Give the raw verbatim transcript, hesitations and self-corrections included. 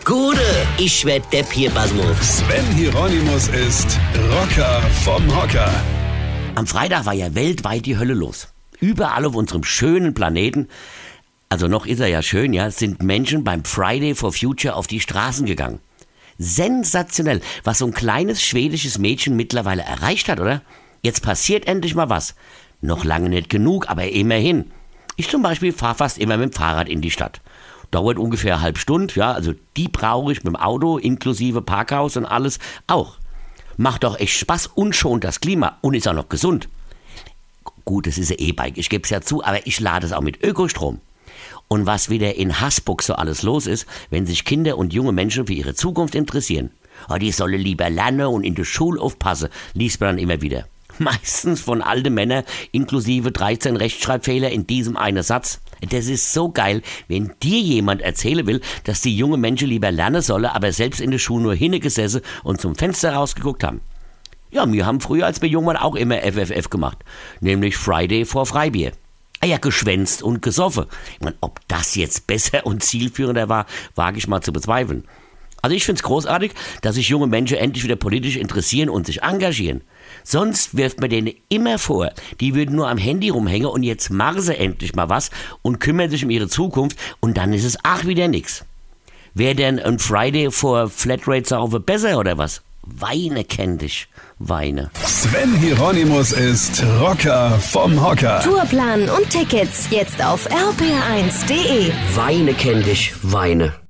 Gude, ich werd Depp hier, Basmus. Sven Hieronymus ist Rocker vom Hocker. Am Freitag war ja weltweit die Hölle los. Überall auf unserem schönen Planeten, also noch ist er ja schön, ja, sind Menschen beim Friday for Future auf die Straßen gegangen. Sensationell, was so ein kleines schwedisches Mädchen mittlerweile erreicht hat, oder? Jetzt passiert endlich mal was. Noch lange nicht genug, aber immerhin. Ich zum Beispiel fahre fast immer mit dem Fahrrad in die Stadt. Dauert ungefähr eine halbe Stunde, ja, also die brauche ich mit dem Auto, inklusive Parkhaus und alles, auch. Macht doch echt Spaß und schont das Klima und ist auch noch gesund. Gut, es ist ein E-Bike, ich gebe es ja zu, aber ich lade es auch mit Ökostrom. Und was wieder in Hasburg so alles los ist, wenn sich Kinder und junge Menschen für ihre Zukunft interessieren. Oh, die sollen lieber lernen und in der Schule aufpassen, liest man dann immer wieder. Meistens von alten Männern, inklusive dreizehn Rechtschreibfehler in diesem einen Satz. Das ist so geil, wenn dir jemand erzählen will, dass die jungen Menschen lieber lernen sollen, aber selbst in der Schule nur hingesessen und zum Fenster rausgeguckt haben. Ja, wir haben früher als wir jung waren auch immer F F F gemacht, nämlich Friday for Freibier. Ah ja, geschwänzt und gesoffen. Ich meine, ob das jetzt besser und zielführender war, wage ich mal zu bezweifeln. Also ich finde es großartig, dass sich junge Menschen endlich wieder politisch interessieren und sich engagieren. Sonst wirft man denen immer vor, die würden nur am Handy rumhängen und jetzt machen sie endlich mal was und kümmern sich um ihre Zukunft und dann ist es ach wieder nix. Wäre denn ein Friday for Flatrate saufe besser oder was? Weine kenn dich, Weine. Sven Hieronymus ist Rocker vom Hocker. Tourplan und Tickets jetzt auf r p r eins punkt d e. Weine kenn dich, Weine.